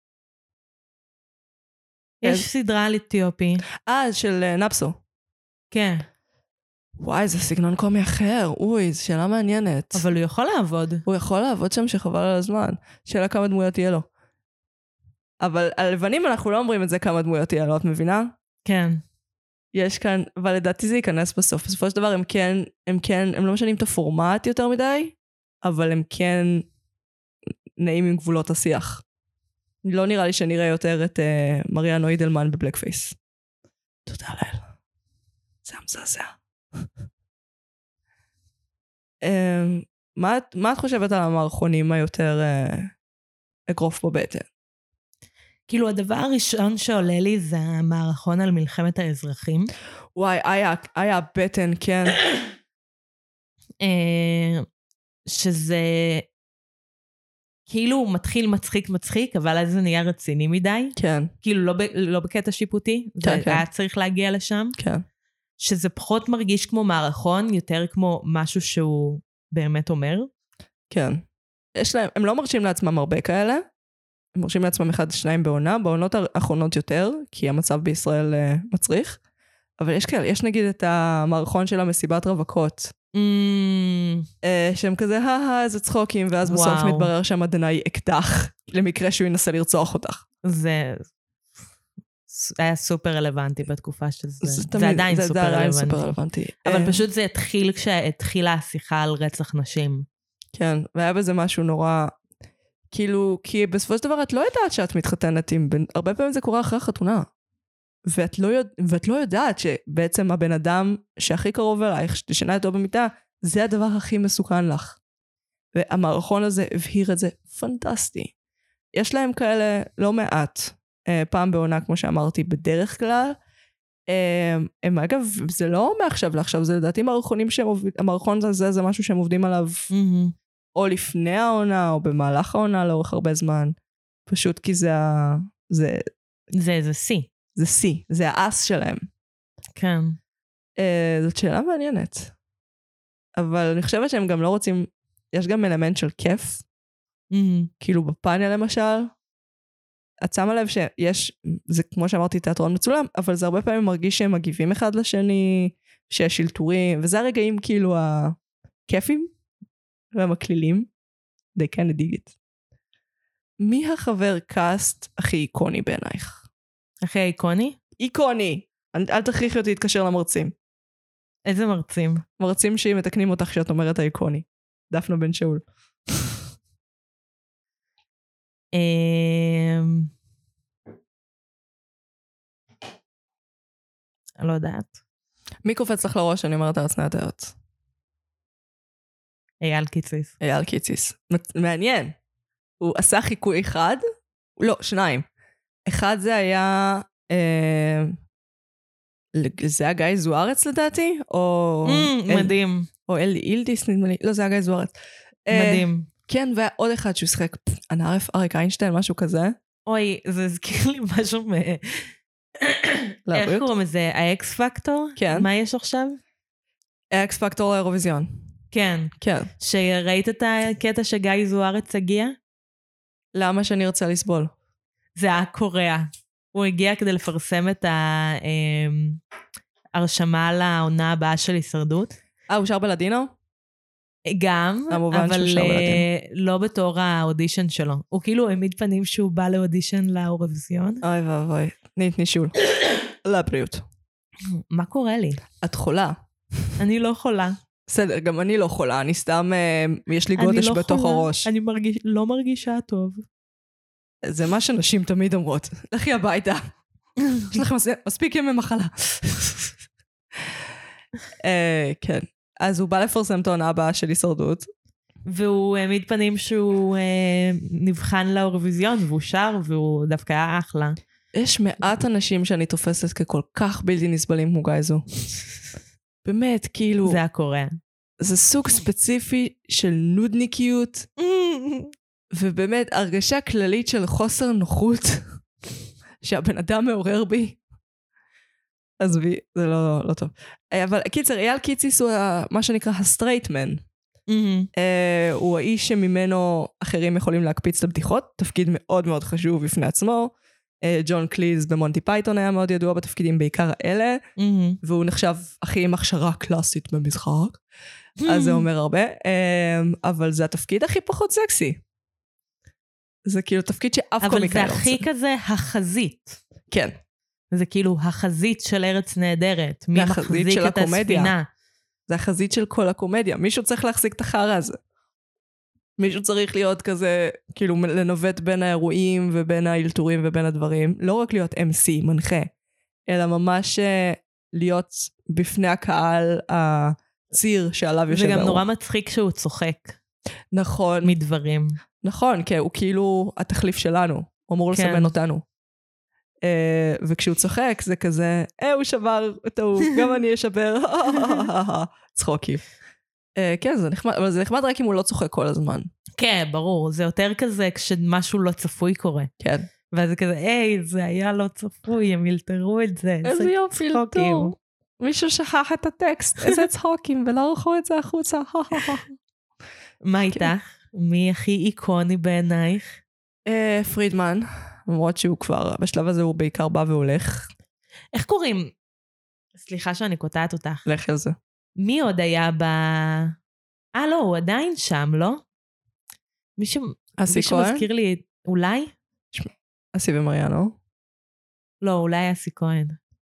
יש סדרה על אתיופי. של נפסו. כן. וואי, זה סגנון קומי אחר. אוי, זו שאלה מעניינת. אבל הוא יכול לעבוד. הוא יכול לעבוד שם שחבל על הזמן. שאלה כמה דמויות יהיה לו. אבל על לבנים אנחנו לא אומרים את זה כמה דמויות יהיה לו, את מבינה? כן. יש כאן, אבל לדעתי זה ייכנס בסוף. בסופו של דבר הם לא משנים את הפורמט יותר מדי, אבל הם כן נעים עם גבולות השיח. לא נראה לי שנראה יותר את מריאנו אידלמן בבלק פייס. תודה לאל. זה המזעזע. מה את חושבת על המערכונים היותר אגרוף בבטן? כאילו הדבר הראשון שעולה לי זה המערכון על מלחמת האזרחים. וואי, היה בטן, כן. שזה כאילו הוא מתחיל מצחיק, אבל אז זה נהיה רציני מדי. כן. כאילו לא בקטע שיפוטי, כן, זה היה צריך להגיע לשם. כן. שזה פחות מרגיש כמו מערכון, יותר כמו משהו שהוא באמת אומר. כן. הם לא מרשים לעצמם הרבה כאלה, הם מרשים לעצמם 1-2 בעונה, בעונות האחרונות יותר, כי המצב בישראל מצריך, אבל יש כאלה, יש נגיד את המערכון של המסיבת רווקות, שהם כזה, איזה צחוקים, ואז בסוף מתברר שהמדענה היא אקדח, למקרה שהוא ינסה לרצוח אותך. זה היה סופר רלוונטי בתקופה שזה. זה עדיין סופר רלוונטי. אבל פשוט זה התחיל כשהתחילה השיחה על רצח נשים. כן, והיה בזה משהו נורא, כאילו, כי בסופו של דבר את לא יודעת שאת מתחתנת עם, הרבה פעמים זה קורה אחרי החתונה. ואת לא יודעת שבעצם הבן אדם שהכי קרוב אלייך, שתשנה איתו במיטה, זה הדבר הכי מסוכן לך. והמערכון הזה הבהיר את זה פנטסטי. יש להם כאלה לא מעט, פעם בעונה, כמו שאמרתי, בדרך כלל. הם אגב, זה לא מעכשיו לעכשיו, זה לדעתי מערכונים המערכון הזה זה משהו שהם עובדים עליו, או לפני העונה, או במהלך העונה, לאורך הרבה זמן. פשוט כי זה סי. זה סי, זה האס שלהם. כן. זאת שאלה מעניינת. אבל אני חושבת שהם גם לא רוצים, יש גם אלמנט של כיף, כאילו בפאנל למשל, את שמה לב שיש, זה כמו שאמרתי תיאטרון מצולם, אבל זה הרבה פעמים מרגיש שהם מגיבים אחד לשני, שיש שילטורים, וזה הרגעים כאילו הכיפים, והמקלילים, they kind of dig it. מי החבר קאסט הכי איקוני בעינייך? הכי איקוני? איקוני! אל תכריחי אותי להתקשר למרצים. איזה מרצים? מרצים שמתקנים אותך כשאת אומרת האיקוני. דפנה בן שאול. אני לא יודעת. מי קופץ לך לראש? אני אומרת ארץ נהדרת. אייל קיציס. אייל קיציס. מעניין. הוא עשה חיקוי אחד? לא, 2. אחד זה היה... זה היה גיא זוארץ לדעתי? או... מדהים. או אלי אילדיס נדמה לי. לא, זה היה גיא זוארץ. מדהים. כן, והיה עוד אחד שהוא שחק, ענף אריק איינשטיין, משהו כזה. אוי, זה הזכיר לי משהו איך קוראים לזה? האקס פקטור? כן. מה יש עכשיו? האקס פקטור לאירוויזיון. כן. כן. שראית את הקטע שגיא זוארץ הגיע? למה שאני רוצה לסבול? זה היה קוריאה. הוא הגיע כדי לפרסם את ההרשמה לעונה הבאה של הישרדות. הוא שר בלדינו? גם, אבל לא בתור האודישן שלו. הוא כאילו העמיד פנים שהוא בא לאודישן לאירוויזיון. אוי ואבוי, נישול. לבריאות. מה קורה לי? את חולה. אני לא חולה. בסדר, גם אני לא חולה, אני סתם, יש לי גודש בתוך הראש. אני לא מרגישה טוב. זה מה שנשים תמיד אומרות. לכי הביתה. יש לך מספיק ימי מחלה. כן. אז הוא בא לפרסם את העונה הבאה של הישרדות. והוא העמיד פנים שהוא נבחן לאירוויזיון, והוא שר, והוא דווקא היה אחלה. יש מעט אנשים שאני תופסת ככל כך בלתי נסבלים כמו גייזו. באמת, כאילו... זה הקורא. זה סוג ספציפי של נודניקיות, ובאמת, הרגשה כללית של חוסר נוחות, שהבן אדם מעורר בי. אז בי, זה לא טוב. אבל קיצר, אייל קיציס הוא מה שנקרא הסטרייטמן. הוא האיש שממנו אחרים יכולים להקפיץ את הבדיחות, תפקיד מאוד מאוד חשוב בפני עצמו. ג'ון קליז במונטי פייתון היה מאוד ידוע בתפקידים בעיקר האלה, והוא נחשב הכי עם הכשרה קלאסית במשחק, אז זה אומר הרבה, אבל זה התפקיד הכי פחות סקסי. זה כאילו תפקיד שאף קומיקאי לא רוצה. אבל זה הכי כזה החזית. כן. זה כאילו החזית של ארץ נהדרת. מי מחזיק את הספינה. זה החזית של כל הקומדיה. מישהו צריך להחזיק את החרא הזה. מישהו צריך להיות כזה, כאילו לנווט בין האירועים ובין האלתורים ובין הדברים. לא רק להיות MC, מנחה, אלא ממש להיות בפני הקהל הציר שעליו יושב. זה גם נורא מצחיק שהוא צוחק. נכון. מדברים. נכון, כי הוא כאילו התחליף שלנו. הוא אמור לסמן אותנו. וכשהוא צוחק זה כזה, הוא שבר את ההוא, גם אני אשבר. צחוקי. כן, זה נחמד, אבל זה נחמד רק אם הוא לא צוחק כל הזמן. כן, ברור, זה יותר כזה כשמשהו לא צפוי קורה. כן. ואז זה כזה, היי, זה היה לא צפוי, הם ילתרו את זה. איזה יופי אלתור. מישהו שכח את הטקסט, איזה צחוקים, ולא ערכו את זה החוצה. מה איתך? מי הכי איקוני בעינייך? פרידמן, למרות שהוא כבר, בשלב הזה הוא בעיקר בא והולך. איך קוראים? סליחה שאני קוטעת אותך. לך על זה. מי עוד היה לא, הוא עדיין שם, לא? מישהו מזכיר לי, אולי? אסי ומריאנו? לא, אולי אסי כהן.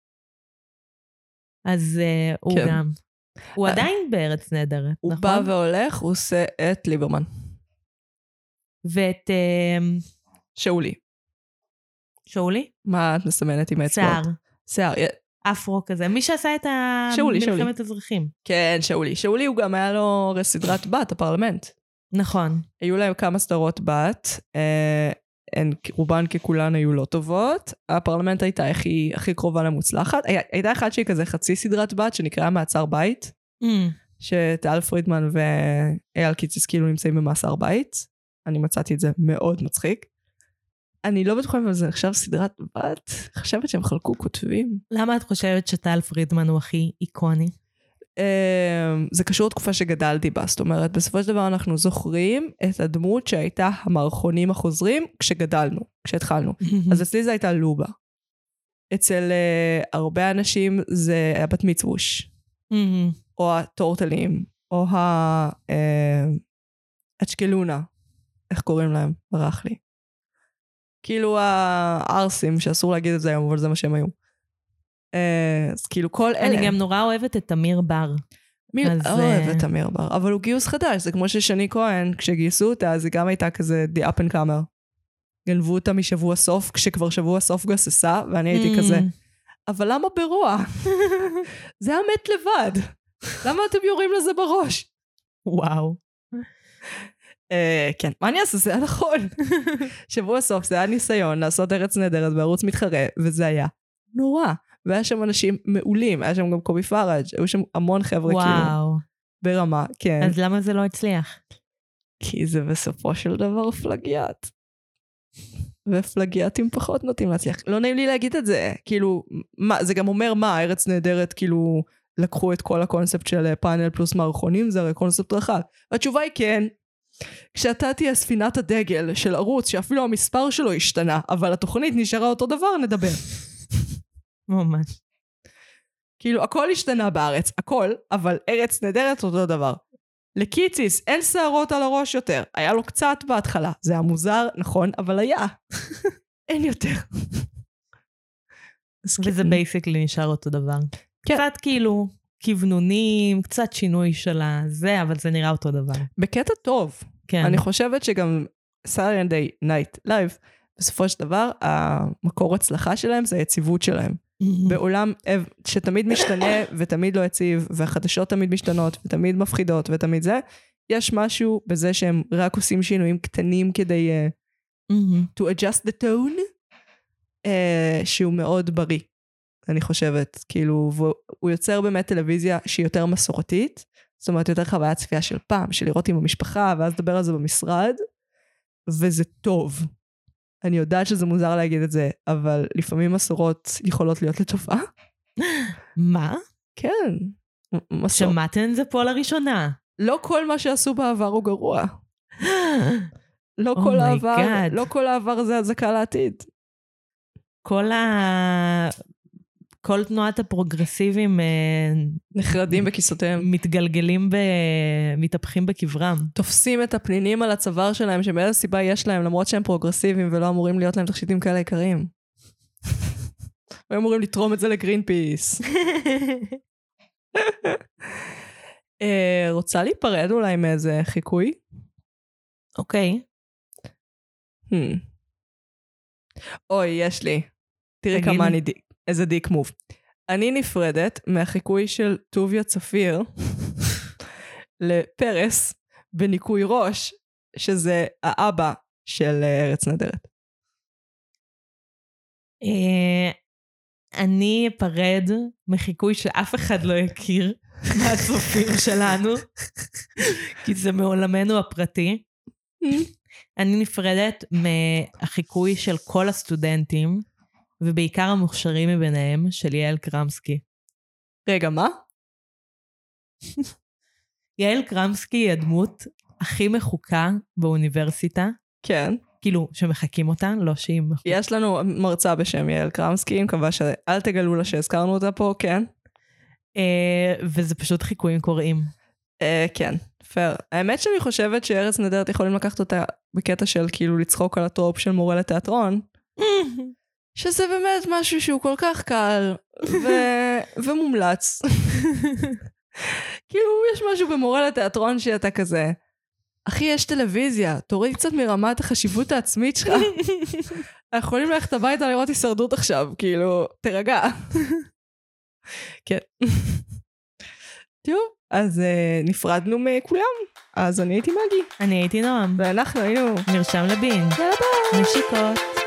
אז הוא גם. הוא עדיין בארץ נהדרת, נכון? הוא בא והולך, הוא עושה את ליברמן. ואת... שאולי. שאולי? מה את מסמנת עם האצבעות? שיער. אפרו כזה. מי שעשה את מלחמת אזרחים. כן, שאולי. שאולי הוא גם היה לו סדרת בת, הפרלמנט. נכון. היו להם כמה סדרות בת, רובן ככולן היו לא טובות, הפרלמנט הייתה הכי קרובה למוצלחת, הייתה אחת שהיא כזה חצי סדרת בת, שנקראה מעצר בית, שטל פרידמן ואייל קיציס כאילו נמצאים במאסר בית, אני מצאתי את זה מאוד מצחיק, אני לא בטוחה אם זה עכשיו סדרת בת, חושבת שהם חלקו כותבים. למה את חושבת שטל פרידמן הוא הכי איקוני? זה קשור לתקופה שגדלתי בה, זאת אומרת, בסופו של דבר אנחנו זוכרים את הדמות שהייתה המערכונים החוזרים כשגדלנו, כשהתחלנו. אז אצלי זה הייתה לובה. אצל הרבה אנשים זה הבת מצווש, או הטורטלים, או האצ'קלונה, איך קוראים להם? ברח לי. כאילו הארסים, שאסור להגיד את זה היום, אבל זה מה שהם היו. אז כאילו כל אלה. אני גם נורא אוהבת את תמיר בר. אוהבת את תמיר בר, אבל הוא גיוס חדש, זה כמו ששני כהן, כשגייסו אותה, אז היא גם הייתה כזה the up and comer. גנבו אותה משבוע סוף, כשכבר שבוע סוף גססה, ואני הייתי כזה, אבל למה ברוע? זה המת לבד. למה אתם יורים לזה בראש? וואו. כן, מה אני אעשה? זה היה נכון. שבוע סוף, זה היה ניסיון לעשות ארץ נהדרת בערוץ מתחרה, וזה היה נורא. והיה שם אנשים מעולים, היה שם גם קובי פראג', היו שם המון חבר'ה כאילו, ברמה, כן. אז למה זה לא הצליח? כי זה בסופו של דבר פלגיאט. ופלגיאטים פחות נוטים להצליח. לא נעים לי להגיד את זה, כאילו, זה גם אומר מה, ארץ נהדרת, כאילו, לקחו את כל הקונספט של פאנל פלוס מערכונים, זה הרי קונספט רחב. והתשובה היא כן, כשאתה תהיה ספינת הדגל של ערוץ, שאפילו המספר שלו השתנה, אבל התוכנית נשארה אותו דבר, נדבר. ממש. כאילו, הכל השתנה בארץ, הכל, אבל ארץ נהדרת אותו דבר. לקיציס, אין שערות על הראש יותר. היה לו קצת בהתחלה. זה היה מוזר, נכון, אבל היה. אין יותר. וזה בייסיקלי נשאר אותו דבר. קצת כאילו, כיוונונים, קצת שינוי של זה, אבל זה נראה אותו דבר. בקטע טוב. כן. אני חושבת שגם Saturday Night Live, בסופו של דבר, המקור הצלחה שלהם זה היציבות שלהם. בעולם שתמיד משתנה ותמיד לא יציב, והחדשות תמיד משתנות ותמיד מפחידות ותמיד זה, יש משהו בזה שהם רק עושים שינויים קטנים כדי to adjust the tone, שהוא מאוד בריא, אני חושבת. כאילו, הוא יוצר באמת טלוויזיה שהיא יותר מסורתית, זאת אומרת, יותר חוויית צפייה של פעם, של לראות עם המשפחה, ואז לדבר על זה במשרד, וזה טוב. אני יודעת שזה מוזר להגיד את זה, אבל לפעמים מסורות יכולות להיות לטובה. מה? כן. שמעתם את זה פה לראשונה. לא כל מה שעשו בעבר הוא גרוע. לא כל העבר זה הזקה לעתיד. כל תנועת הפרוגרסיבים נחרדים בכיסותיהם. מתגלגלים, מתהפכים בקברם. תופסים את הפנינים על הצוואר שלהם, שבאיזו סיבה יש להם, למרות שהם פרוגרסיביים ולא אמורים להיות להם תכשיטים כאלה יקרים. הם אמורים לתרום את זה לגרין פיס. רוצה להיפרד אולי מאיזה חיקוי? אוקיי. אוי, יש לי. תראי כמה אני איזה דיק מוב. אני נפרדת מהחיקוי של טוביה צפיר לפרס בניקוי ראש, שזה האבא של ארץ נהדרת. אני אפרד מחיקוי שאף אחד לא יכיר מהצופים שלנו, כי זה מעולמנו הפרטי. אני נפרדת מהחיקוי של כל הסטודנטים, ובעיקר המוכשרים מביניהם, של יעל קרמסקי. רגע, מה? יעל קרמסקי היא הדמות הכי מחוקה באוניברסיטה. כן. כאילו, שמחכים אותה, לא שהיא מחוקה. יש לנו מרצה בשם יעל קרמסקי, מקווה שאל תגלו לה שהזכרנו אותה פה, כן. וזה פשוט חיקויים קוראים. כן, פייר. האמת שאני חושבת שארץ נהדרת יכולים לקחת אותה בקטע של כאילו לצחוק על הטרופ של מורה לתיאטרון, שזה באמת משהו שהוא כל כך קל ומומלץ. כאילו יש משהו במורה לתיאטרון שאתה כזה, אחי, יש טלוויזיה, תוריד קצת מרמת החשיבות העצמית שלך. אנחנו יכולים ללכת הביתה לראות הישרדות עכשיו, כאילו, תרגע. כן. טוב, אז נפרדנו מכולם. אז אני הייתי מגי. אני הייתי נועם. ואנחנו היינו מרשם לבין. יאללה ביי. נשיקות.